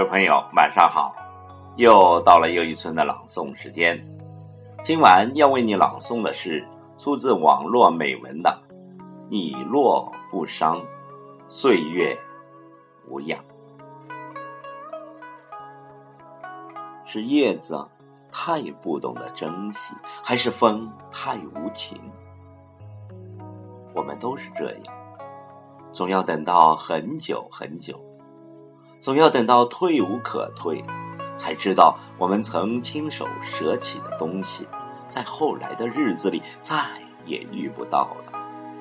位朋友晚上好，又到了又一村的朗诵时间。今晚要为你朗诵的是出自网络美文的你若不伤，岁月无恙。是叶子太不懂得珍惜，还是风太无情？我们都是这样，总要等到很久很久，总要等到退无可退，才知道我们曾亲手舍弃的东西，在后来的日子里再也遇不到了。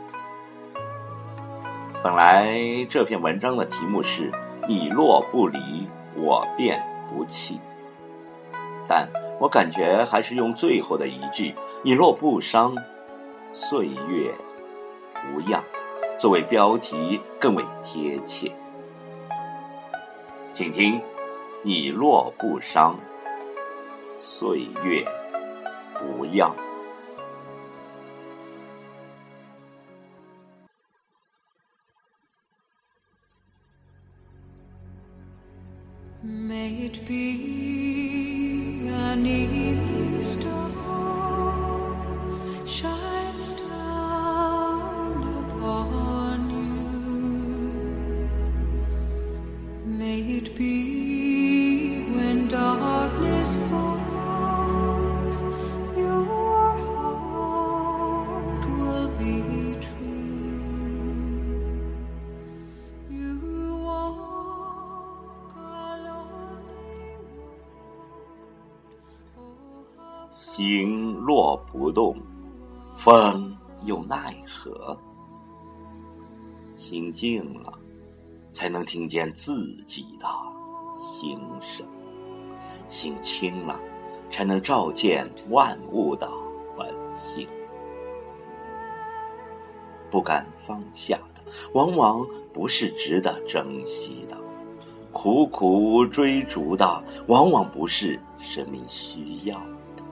本来这篇文章的题目是你若不离，我便不弃，但我感觉还是用最后的一句你若不伤，岁月无恙作为标题更为贴切。请听你若不伤，岁月无恙。 May it be an evening star shines down upon you. May it be when darkness falls, your heart will be true. You walk a lonely road. 心若不动，风又奈何？心静了，才能听见自己的心声；心清了，才能照见万物的本性。不敢放下的，往往不是值得珍惜的；苦苦追逐的，往往不是生命需要的。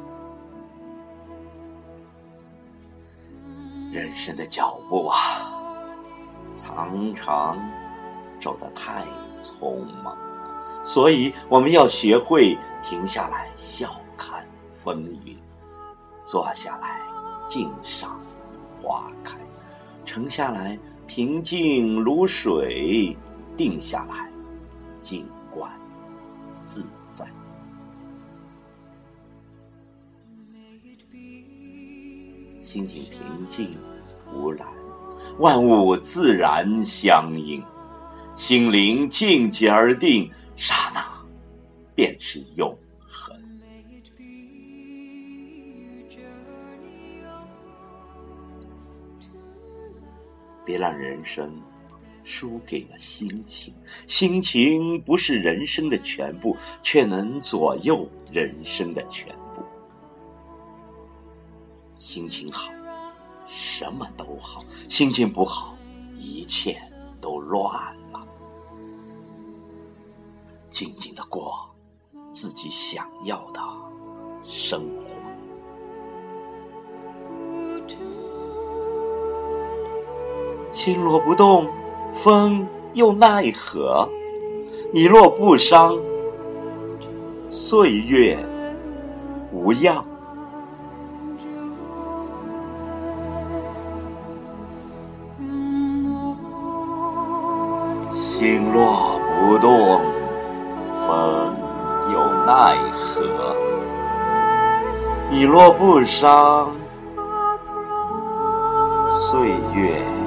人生的脚步啊，常常走得太匆忙，所以我们要学会停下来笑看风云，坐下来静赏花开，沉下来平静如水，定下来静观自在。心境平静无染，万物自然相应，心灵静极而定，刹那便是永恒。别让人生输给了心情，心情不是人生的全部，却能左右人生的全部。心情好，什么都好；心情不好，一切都乱了。静静地过自己想要的生活。心若不动，风又奈何？你若不伤，岁月无恙。心若不动，风又奈何？你若不伤，岁月